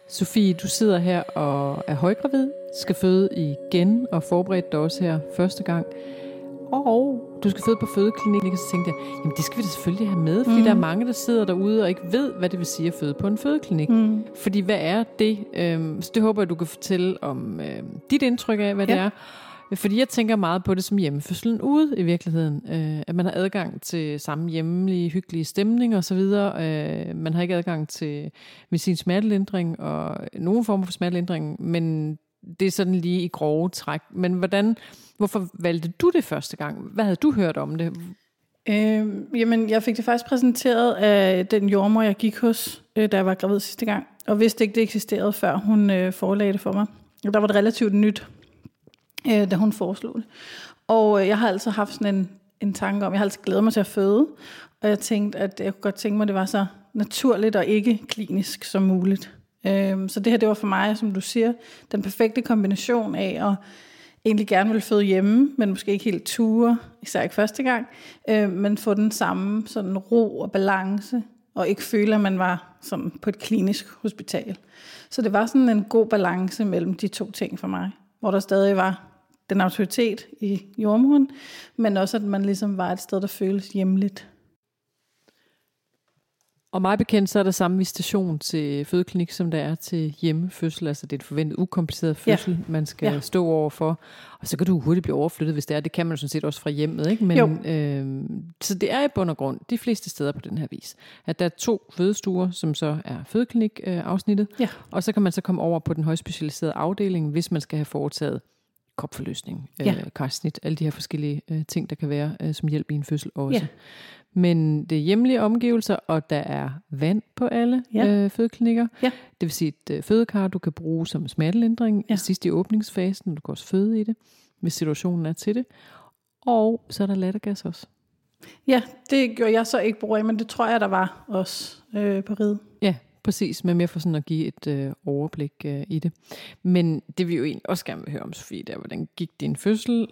Sofie, du sidder her og er højgravid, skal føde igen og forberede dig også her første gang. Og du skal føde på fødeklinikken, og så tænkte jeg, jamen det skal vi da selvfølgelig have med, fordi der er mange, der sidder derude og ikke ved, hvad det vil sige at føde på en fødeklinik. Fordi hvad er det? Så det håber jeg, du kan fortælle om dit indtryk af, hvad det er. Fordi jeg tænker meget på det som hjemmefødslen ude i virkeligheden. At man har adgang til samme hjemlige, hyggelige stemning og så videre. Man har ikke adgang til medicinsk smertelindring og nogen form for smertelindring, men det er sådan lige i grove træk. Men hvorfor valgte du det første gang? Hvad havde du hørt om det? Jamen, jeg fik det faktisk præsenteret af den jordmor, jeg gik hos, da jeg var gravid sidste gang. Og vidste ikke, det eksisterede, før hun forelagde det for mig. Og der var det relativt nyt, da hun foreslog det. Og jeg har altid haft sådan en tanke om, jeg har altid glædet mig til at føde. Og jeg tænkte, at jeg kunne godt tænke mig, at det var så naturligt og ikke klinisk som muligt. Så det her, det var for mig, som du siger, den perfekte kombination af at egentlig gerne vil føde hjemme, men måske ikke helt ture, især ikke første gang, men få den samme sådan ro og balance, og ikke føle, at man var sådan på et klinisk hospital. Så det var sådan en god balance mellem de to ting for mig, hvor der stadig var den autoritet i jordmoren, men også at man ligesom var et sted, der føles hjemligt. Og mig bekendt, så er der samme visitation til fødeklinik, som der er til hjemmefødsel. Altså det er et forventet ukompliceret fødsel, man skal stå overfor. Og så kan du hurtigt blive overflyttet, hvis det er. Det kan man sådan set også fra hjemmet, ikke? Men, så det er i bund og grund de fleste steder på den her vis. At der er 2 fødestuer, som så er fødeklinik-afsnittet. Og så kan man så komme over på den højspecialiserede afdeling, hvis man skal have foretaget kropforløsning, karsnit, alle de her forskellige ting, der kan være som hjælp i en fødsel også. Ja. Men det er hjemlige omgivelser, og der er vand på alle fødeklinikker. Ja. Det vil sige et fødekar, du kan bruge som smertelindring sidst i åbningsfasen, du kan også føde i det, hvis situationen er til det. Og så er der lattergas også. Ja, det gjorde jeg så ikke brug af, men det tror jeg, der var også på Riget. Ja, præcis, men mere for sådan at give et overblik i det. Men det vi jo egentlig også gerne vil høre om, Sofie, der hvordan gik din fødsel?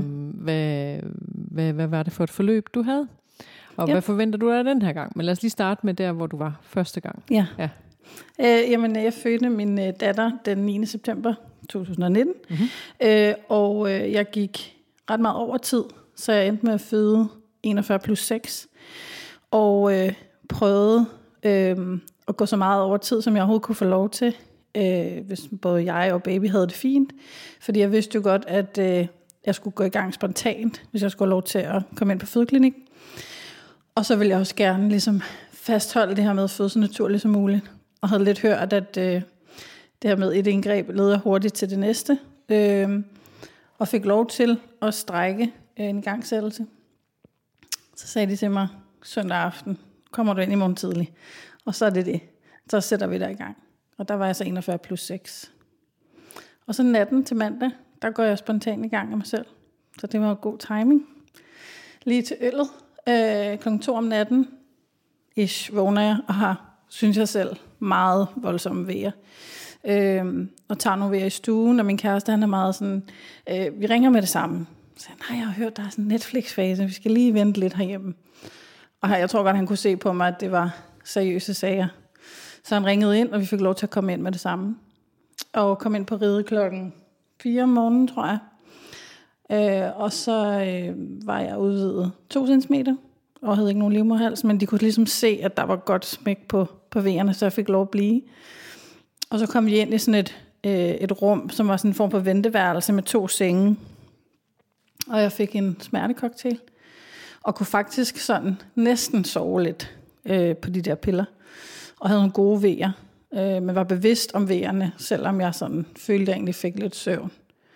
Hvad var det for et forløb, du havde? Og hvad forventer du af den her gang? Men lad os lige starte med der, hvor du var første gang. Ja. Jamen, jeg fødte min datter den 9. september 2019. Og jeg gik ret meget over tid, så jeg endte med at føde 41+6. Og prøvede at gå så meget over tid, som jeg overhovedet kunne få lov til. Hvis både jeg og baby havde det fint. Fordi jeg vidste jo godt, at jeg skulle gå i gang spontant, hvis jeg skulle have lov til at komme ind på fødeklinik. Og så ville jeg også gerne ligesom fastholde det her med at føde så naturligt som muligt. Og havde lidt hørt, at det her med et indgreb leder hurtigt til det næste. Og fik lov til at strække en igangsættelse. Så sagde de til mig søndag aften, kommer du ind i morgen tidlig. Og så er det. Så sætter vi dig i gang. Og der var jeg så 41+6. Og så natten til mandag, der går jeg spontant i gang af mig selv. Så det var en god timing. Lige til øllet. 2:00 om natten vågner jeg og har, synes jeg selv, meget voldsomme vejer. Og tager nogle vejer i stuen, og min kæreste, han er meget sådan, vi ringer med det samme. Så nej, jeg har hørt, der er sådan en Netflix-fase, vi skal lige vente lidt herhjemme. Og jeg tror godt, han kunne se på mig, at det var seriøse sager. Så han ringede ind, og vi fik lov til at komme ind med det samme. Og kom ind på Riget 4:00 om morgenen, tror jeg. Og så var jeg udvidet 2 cm, og havde ikke nogen livmoderhals, men de kunne ligesom se, at der var godt smæk på vejerne, så jeg fik lov at blive. Og så kom vi ind i sådan et rum, som var sådan en form for venteværelse med 2 senge. Og jeg fik en smertecocktail, og kunne faktisk sådan næsten sove lidt på de der piller. Og havde nogle gode vejer, men var bevidst om vejerne, selvom jeg sådan følte, at jeg egentlig fik lidt søvn.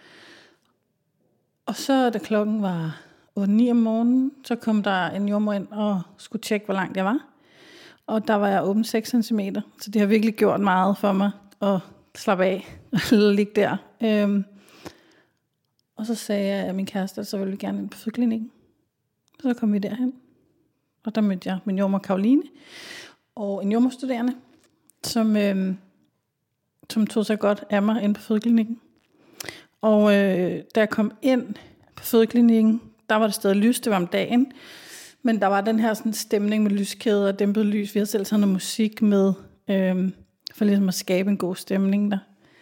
Og så da klokken var 8-9 om morgenen, så kom der en jordmor ind og skulle tjekke, hvor langt jeg var. Og der var jeg åben 6 cm, så det har virkelig gjort meget for mig at slappe af og ligge der. Og så sagde jeg af min kæreste, at så ville vi gerne ind på fødeklinikken. Så kom vi derhen, og der mødte jeg min jordmor Karoline og en jordmorstuderende, som tog sig godt af mig ind på fødeklinikken. Og da jeg kom ind på fødeklinikken, der var det stadig lys, det var om dagen, men der var den her sådan stemning med lyskæder og dæmpet lys. Vi havde selv sådan noget musik med for ligesom at skabe en god stemning der.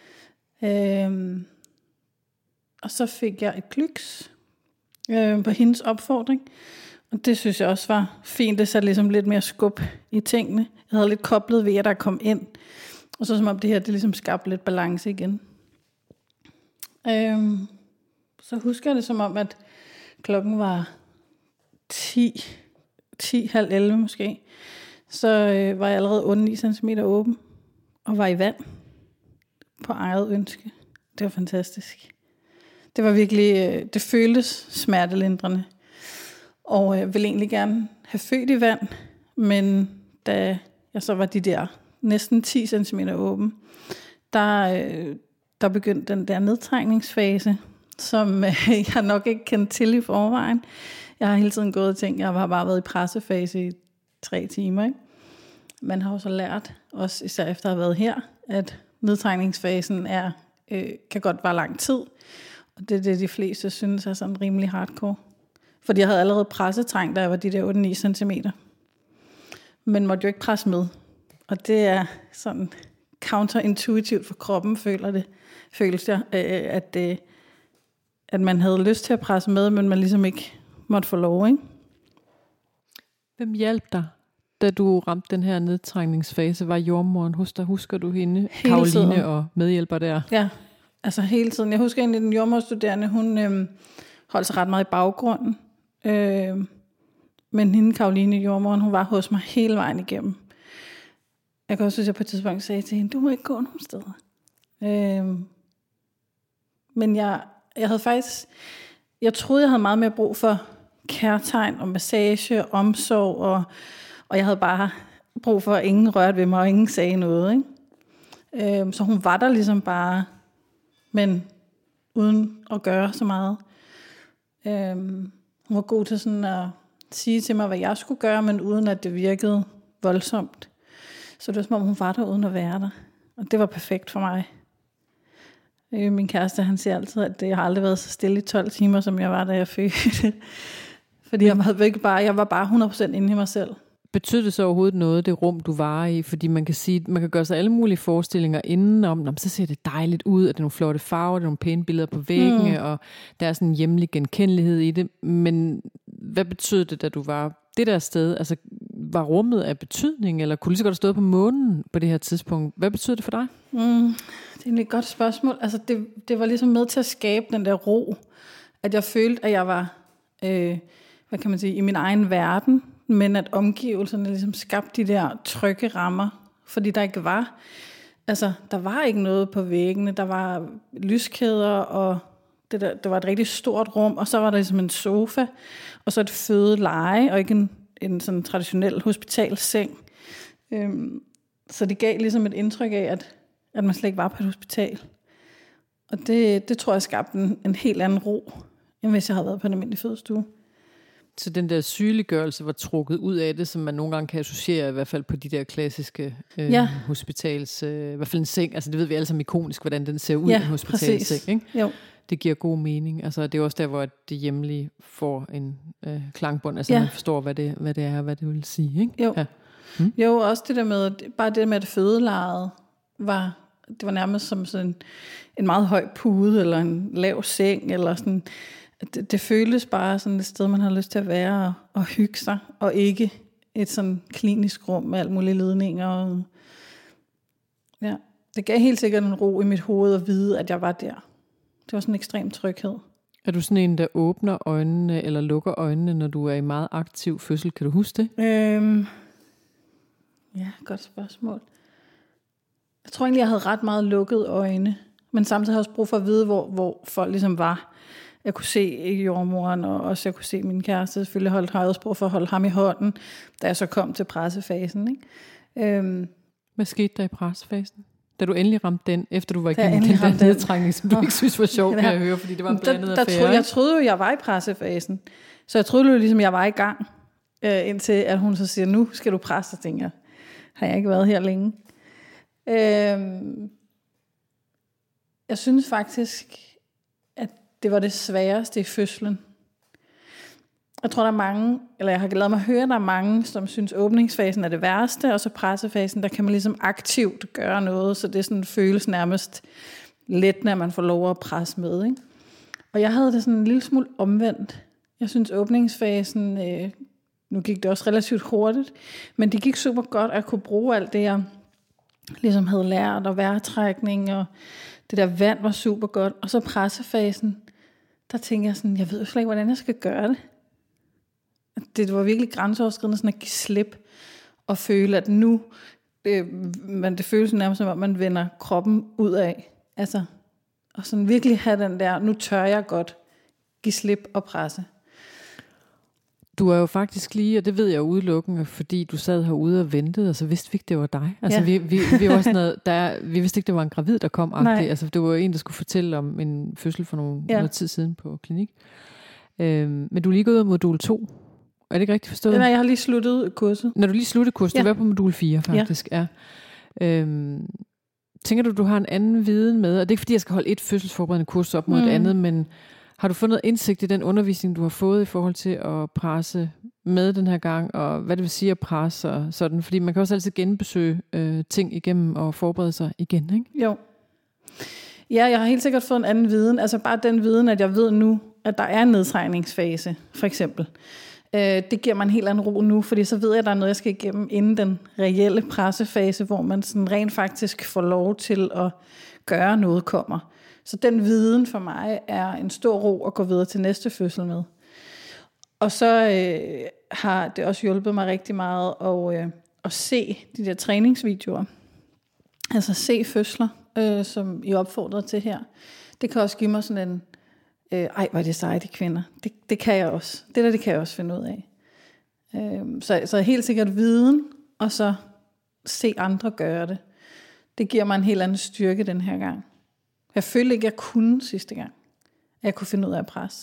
Og så fik jeg et klyks på hendes opfordring. Og det synes jeg også var fint. Det satte ligesom lidt mere skub i tingene. Jeg havde lidt koblet ved, at der kom ind. Og så som om det her, det ligesom skabte lidt balance igen. Så husker jeg det som om, at klokken var 10:30 måske. Så var jeg allerede under 9 cm åben. Og var i vand. På eget ønske. Det var fantastisk. Det var virkelig, det føltes smertelindrende. Og jeg ville egentlig gerne have født i vand, men da jeg så var de der næsten 10 cm åben, der begyndte den der nedtrængningsfase, som jeg nok ikke kendte til i forvejen. Jeg har hele tiden gået og tænkt, jeg har bare været i pressefase i 3 timer. Ikke? Man har jo så lært, også især efter at have været her, at nedtrængningsfasen kan godt være lang tid. Og det er det, de fleste synes er sådan rimelig hardcore. Fordi jeg havde allerede pressetrængt, da jeg var de der 8-9 cm. Men måtte jo ikke presse med. Og det er sådan counterintuitivt for kroppen, føles jeg, at man havde lyst til at presse med, men man ligesom ikke måtte få lov, ikke? Hvem hjalp dig, da du ramte den her nedtrængningsfase? Var jordmoren hos dig? Husker du hende? Hele Karoline tiden. og medhjælper der? Ja, altså hele tiden. Jeg husker egentlig, den jordmorstuderende, hun holdt sig ret meget i baggrunden. Men hende, Karoline, jordmoren, hun var hos mig hele vejen igennem. Jeg kan også synes, at jeg på et tidspunkt sagde til hende, du må ikke gå nogen steder. Men jeg havde faktisk, jeg troede, jeg havde meget mere brug for kærtegn og massage og omsorg, og jeg havde bare brug for, at ingen rørte ved mig, og ingen sagde noget. Ikke? Så hun var der ligesom bare, men uden at gøre så meget. Hun var god til sådan at sige til mig, hvad jeg skulle gøre, men uden at det virkede voldsomt. Så det var som om, hun var der uden at være der. Og det var perfekt for mig. Min kæreste, han siger altid, at jeg har aldrig været så stille i 12 timer, som jeg var, da jeg fødte. Fordi jeg var bare 100% inde i mig selv. Betød det så overhovedet noget, det rum, du var i? Fordi man kan sige, man kan gøre sig alle mulige forestillinger indenom. Så ser det dejligt ud, at det er nogle flotte farver, det er nogle pæne billeder på væggene, og der er sådan en hjemlig genkendelighed i det. Men hvad betød det, da du var det der sted? Altså, var rummet af betydning, eller kunne lige så godt have stået på månen på det her tidspunkt? Hvad betød det for dig? Det er egentlig et godt spørgsmål. Altså, det var ligesom med til at skabe den der ro, at jeg følte, at jeg var, hvad kan man sige, i min egen verden, men at omgivelserne ligesom skabte de der trygge rammer, fordi der ikke var, altså der var ikke noget på væggene, der var lyskæder, og det var et rigtig stort rum, og så var der ligesom en sofa, og så et fødeleje, og ikke en sådan traditionel hospitalseng. Så det gav ligesom et indtryk af, at man slet ikke var på et hospital. Og det tror jeg skabte en helt anden ro, end hvis jeg havde været på en almindelig fødestue. Så den der sygeliggørelse var trukket ud af det, som man nogle gange kan associere, i hvert fald på de der klassiske hospitals, i hvert fald en seng. Altså det ved vi alle sammen ikonisk, hvordan den ser ud, en hospitalseng. Ikke? Jo. Det giver god mening. Altså det er også der, hvor det hjemlige får en klangbund. Altså man forstår, hvad det er, og hvad det vil sige. Ikke? Jo. Ja. Jo, også det der med, bare det med, at fødelejet var nærmest som sådan en meget høj pude, eller en lav seng, eller sådan. Det føles bare sådan et sted, man har lyst til at være og hygge sig, og ikke et sådan klinisk rum med alt mulige ledninger. Ja, det gav helt sikkert en ro i mit hoved at vide, at jeg var der. Det var sådan en ekstrem tryghed. Er du sådan en, der åbner øjnene eller lukker øjnene, når du er i meget aktiv fødsel? Kan du huske det? Ja, godt spørgsmål. Jeg tror egentlig, jeg havde ret meget lukkede øjne, men samtidig havde jeg også brug for at vide, hvor folk ligesom var. Jeg kunne se jordmoren, og også jeg kunne se min kæreste. Selvfølgelig havde jeg også brug for at holde ham i hånden, da jeg så kom til pressefasen. Ikke? Hvad skete der i pressefasen? Da du endelig ramte den, efter du var igennem den der nedtrængning, som du ikke synes var sjov, kan jeg høre, fordi det var en blandet affære. Jeg troede jo, jeg var i pressefasen. Så jeg troede jo ligesom, jeg var i gang, indtil at hun så siger, nu skal du presse, og tænker, har jeg ikke været her længe? Jeg synes faktisk, at det var det sværeste i fødslen. Jeg tror, der er mange, eller jeg har ladet mig høre, der er mange, som synes, åbningsfasen er det værste, og så pressefasen, der kan man ligesom aktivt gøre noget, så det sådan føles nærmest let, når man får lov at presse med, ikke? Og jeg havde det sådan en lille smule omvendt. Jeg synes, åbningsfasen, nu gik det også relativt hurtigt, men det gik super godt at kunne bruge alt det, jeg ligesom havde lært, og vejrtrækning, og det der vand var super godt. Og så pressefasen, der tænkte jeg sådan, jeg ved slet ikke, hvordan jeg skal gøre det. Det var virkelig grænseoverskridende sådan at give slip, og føle, at nu, det føles nærmest som om, man vender kroppen ud af. Altså, og sådan virkelig have den der, nu tør jeg godt give slip og presse. Du er jo faktisk lige, og det ved jeg udelukkende, fordi du sad herude og ventede, og så vidste vi ikke, det var dig. Altså vi var sådan noget, vi vidste ikke, det var en gravid, der kom. Altså det var en, der skulle fortælle om en fødsel for noget tid siden på klinik. Men du er lige gået ud af modul 2. Er det ikke rigtigt forstået? Nej, jeg har lige sluttet kurset. Når du lige sluttede kurset, du var på modul 4 faktisk, ja. Tænker du har en anden viden med, og det er ikke fordi, jeg skal holde et fødselsforberedende kurs op mod et andet, men har du fundet indsigt i den undervisning, du har fået i forhold til at presse med den her gang, og hvad det vil sige at presse og sådan? Fordi man kan også altid genbesøge ting igennem og forberede sig igen, ikke? Jo. Ja, jeg har helt sikkert fået en anden viden. Altså bare den viden, at jeg ved nu, at der er en nedtrækningsfase, for eksempel. Det giver mig en helt anden ro nu, fordi så ved jeg, at der er noget, jeg skal igennem inden den reelle pressefase, hvor man sådan rent faktisk får lov til at gøre noget kommer. Så den viden for mig er en stor ro at gå videre til næste fødsel med. Og så har det også hjulpet mig rigtig meget at se de der træningsvideoer. Altså se fødsler, som I opfordrer til her. Det kan også give mig sådan en, hvor er det seje, de kvinder. Det kan jeg også. Det kan jeg også finde ud af. Så helt sikkert viden, og så se andre gøre det. Det giver mig en helt anden styrke den her gang. Jeg følte ikke, jeg kunne sidste gang. Jeg kunne finde ud af at presse.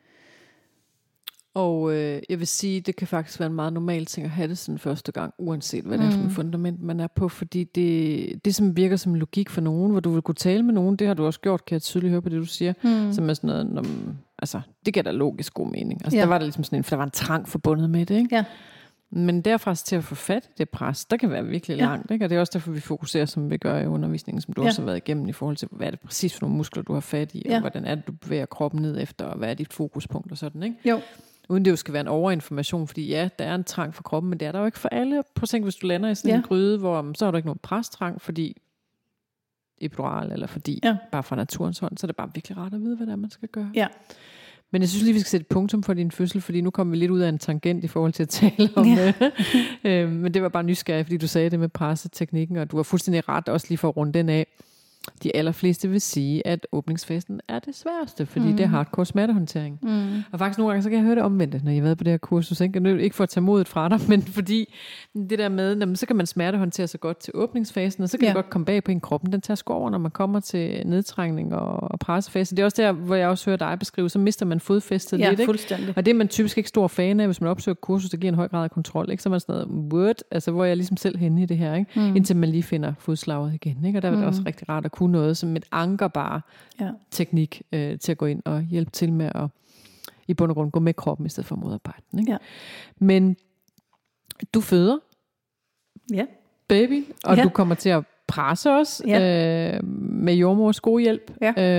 Og jeg vil sige, det kan faktisk være en meget normal ting at have det sådan første gang, uanset hvad det er for et fundament, man er på. Fordi det som virker som logik for nogen, hvor du vil kunne tale med nogen, det har du også gjort, kan jeg tydeligt høre på det, du siger, som er sådan noget, altså det giver da logisk god mening. Altså der var der ligesom sådan der var en trang forbundet med det, ikke? Ja. Men derfra til at få fat i det pres, der kan være virkelig langt, ikke? Og det er også derfor, vi fokuserer, som vi gør i undervisningen, som du også har været igennem i forhold til, hvad er det præcis for nogle muskler, du har fat i, og hvordan er det, du bevæger kroppen ned efter, og hvad er dit fokuspunkt og sådan, ikke? Jo. Uden det jo skal være en overinformation, fordi ja, der er en trang for kroppen, men det er der jo ikke for alle. Prøv at tænke, hvis du lander i sådan en gryde, hvor så har du ikke nogen prestrang, fordi epidural, eller fordi bare fra naturens hånd, så er det bare virkelig rart at vide, hvad det er, man skal gøre. Ja. Men jeg synes lige, vi skal sætte et punktum for din fødsel, fordi nu kommer vi lidt ud af en tangent i forhold til at tale om men det var bare nysgerrig, fordi du sagde det med presseteknikken, og du har fuldstændig ret, også lige for at runde den af. De allerfleste vil sige, at åbningsfasen er det sværeste, fordi det er hardcore smertehåndtering. Og faktisk nogle gange, så kan jeg høre det omvendt, når jeg har været på det her kursus. Ikke for at tage modet fra dig, men fordi det der med, så kan man smertehåndtere så godt til åbningsfasen, og så kan det godt komme bag på en kroppen. Den tager sgu over, når man kommer til nedtrækning og pressefase. Det er også der, hvor jeg også hører dig beskrive, så mister man fodfæstet lidt. Ikke? Og det er man typisk ikke stor fan af, hvis man opsøger kursus, der giver en høj grad af kontrol. Ikke? Så er man sådan noget, what? Altså, hvor er jeg ligesom selv henne i det her, ikke? Indtil man lige finder fodslaget igen. Ikke? Og der er det også rigtig rart at kunne noget som et ankerbare teknik til at gå ind og hjælpe til med at i bund og grund gå med kroppen i stedet for at modarbejde den. Ikke? Ja. Men du føder baby, og du kommer til at presse os med jordmors gode hjælp.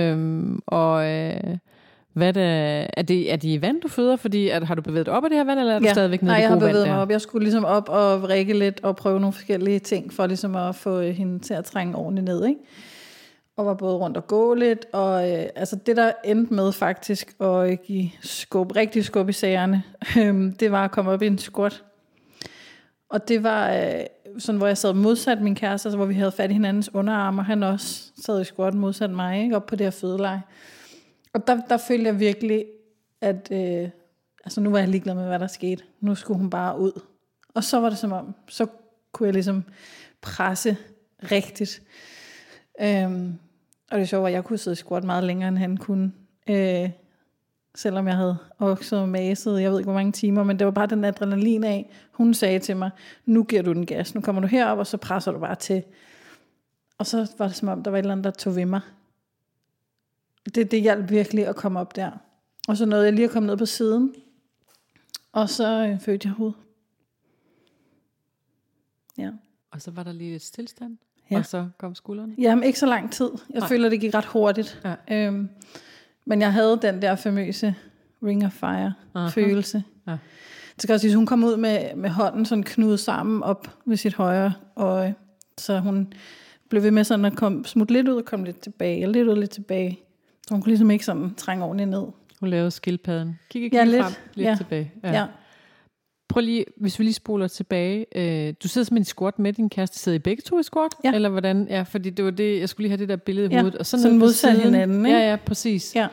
Hvad er det i vand, du føder? Fordi har du bevæget op af det her vand, eller er du stadigvæk nede i det gode vand? Nej, jeg har bevæget mig op. Jeg skulle ligesom op og vrikke lidt og prøve nogle forskellige ting, for ligesom at få hende til at trænge ordentligt ned, ikke? Og var både rundt og gå lidt, og altså det der endte med faktisk at give rigtig skub i sagerne, det var at komme op i en squat. Og det var sådan, hvor jeg sad modsat min kæreste, altså, hvor vi havde fat i hinandens underarme, og han også sad i squat modsat mig, ikke? Op på det her fødeleje. Og der følte jeg virkelig, at altså nu var jeg ligeglad med, hvad der skete. Nu skulle hun bare ud. Og så var det som om, så kunne jeg ligesom presse rigtigt. Og det sjove var, at jeg kunne sidde i squat meget længere, end han kunne. Selvom jeg havde også maset, jeg ved ikke hvor mange timer, men det var bare den adrenalin af. Hun sagde til mig, nu giver du den gas. Nu kommer du herop, og så presser du bare til. Og så var det som om, der var et eller andet, der tog ved mig. Det hjalp virkelig at komme op der. Og så nåede jeg lige at komme ned på siden. Og så fødte jeg hoved. Ja. Og så var der lige et stillstand, Ja. og så kom skuldrene. Jamen, ikke så lang tid. Jeg føler, det gik ret hurtigt. Ja. Men jeg havde den der famøse ring of fire følelse. Ja. Det skal også sige, hun kom ud med hånden sådan knudet sammen op ved sit højre øje. Så hun blev ved med sådan at smutte lidt ud og komme lidt tilbage, og lidt ud og lidt tilbage. Så hun kunne ligesom ikke sådan trænge ordentligt ned. Hun lavede skildpadden. Kig lidt frem, lidt tilbage. Ja. Prøv lige, hvis vi lige spoler tilbage. Du sidder simpelthen i squat med din kæreste. Sidder I begge to i squat? Ja. Eller hvordan? Ja, fordi det var det, jeg skulle lige have det der billede i hovedet. Og sådan modsat hinanden, ikke? Ja, præcis. Ja.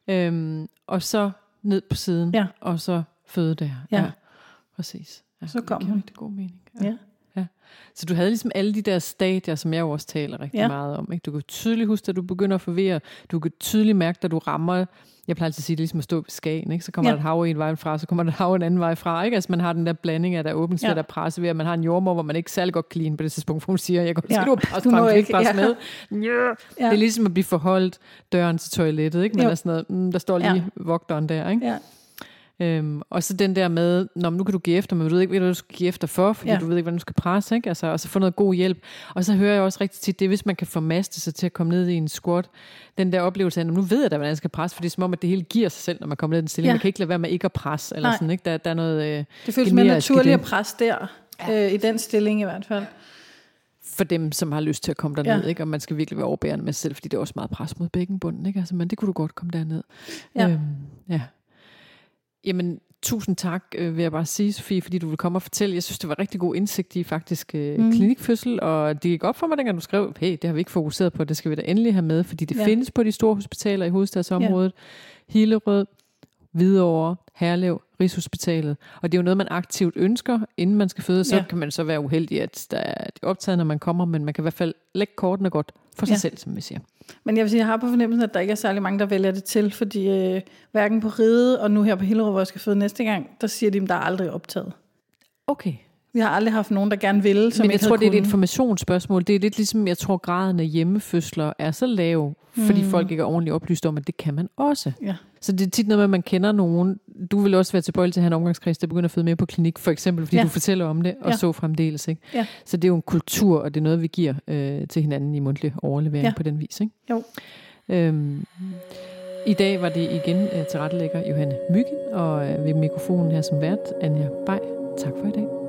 Og så ned på siden, og så føde der. Ja. Præcis. Ja, så kom det hun. Det god mening. Ja. Så du havde ligesom alle de der stadier, som jeg jo også taler rigtig meget om. Ikke? Du kan tydeligt huske, at du begynder at forvirre. Du kan tydeligt mærke, at du rammer. Jeg plejer altid at sige, det er ligesom at stå ved Skagen. Ikke? Så kommer der et hav en vej fra, så kommer der et hav en anden vej fra. Ikke? Altså man har den der blanding af der åbningssvært og presse ved, at man har en jordmor, hvor man ikke særlig godt kan lide på det tidspunkt, for hun siger, jeg går til du presse frem, ikke presse med. Det er ligesom at blive forholdt døren til toilettet. Ikke? Men der er sådan noget, der står lige vogteren der. Ikke? Ja. Og så den der med, nu kan du give efter, men du ved ikke, hvad du skal give efter for, fordi du ved ikke, hvordan du skal presse, ikke? Altså, og så få noget god hjælp. Og så hører jeg også rigtig tit, det er, hvis man kan formaste sig til at komme ned i en squat, den der oplevelse af, nu ved jeg da, hvordan jeg skal presse, for det er som om, at det hele giver sig selv, når man kommer ned i den stilling. Man kan ikke lade være med ikke at presse, eller sådan, ikke? Der er noget... det føles mere naturligt at presse der, i den stilling i hvert fald. For dem, som har lyst til at komme derned, ikke? Og man skal virkelig være overbærende med sig selv, fordi det er også meget pres mod bækkenbunden, ikke? Altså, men det kunne du godt komme derned. Ja. Jamen, tusind tak, vil jeg bare sige, Sofie, fordi du vil komme og fortælle. Jeg synes, det var rigtig god indsigt i faktisk klinikfødsel, og det gik op for mig, dengang du skrev, hey, det har vi ikke fokuseret på, det skal vi da endelig have med, fordi det findes på de store hospitaler i hovedstadsområdet. Hillerød, Hvidovre, Herlev, Rigshospitalet. Og det er jo noget, man aktivt ønsker, inden man skal føde. Så kan man så være uheldig, at det er optaget, når man kommer, men man kan i hvert fald lægge kortene godt for sig selv, som vi siger. Men jeg vil sige, jeg har på fornemmelsen, at der ikke er særlig mange, der vælger det til, fordi hverken på Ride og nu her på Hillerød, hvor jeg skal føde næste gang, der siger de, at der er aldrig optaget. Okay. Vi har aldrig haft nogen, der gerne vil, som men jeg tror, det er et kunnet. informationsspørgsmål. Det er lidt ligesom, jeg tror, graden af hjemmefødsler er så lav, fordi folk ikke er ordentligt oplyst om, at det kan man også. Ja. Så det er tit noget med, at man kender nogen. Du vil også være tilbøjelig til at have en omgangskreds, der begynder at føde med på klinik, for eksempel, fordi du fortæller om det, og så fremdeles. Ikke? Ja. Så det er jo en kultur, og det er noget, vi giver til hinanden i mundtlig overlevering på den vis. Ikke? Jo. I dag var det igen tilrettelægger Johanne Myggen, og ved mikrofonen her som vært, Anja Bay. Tak for i dag.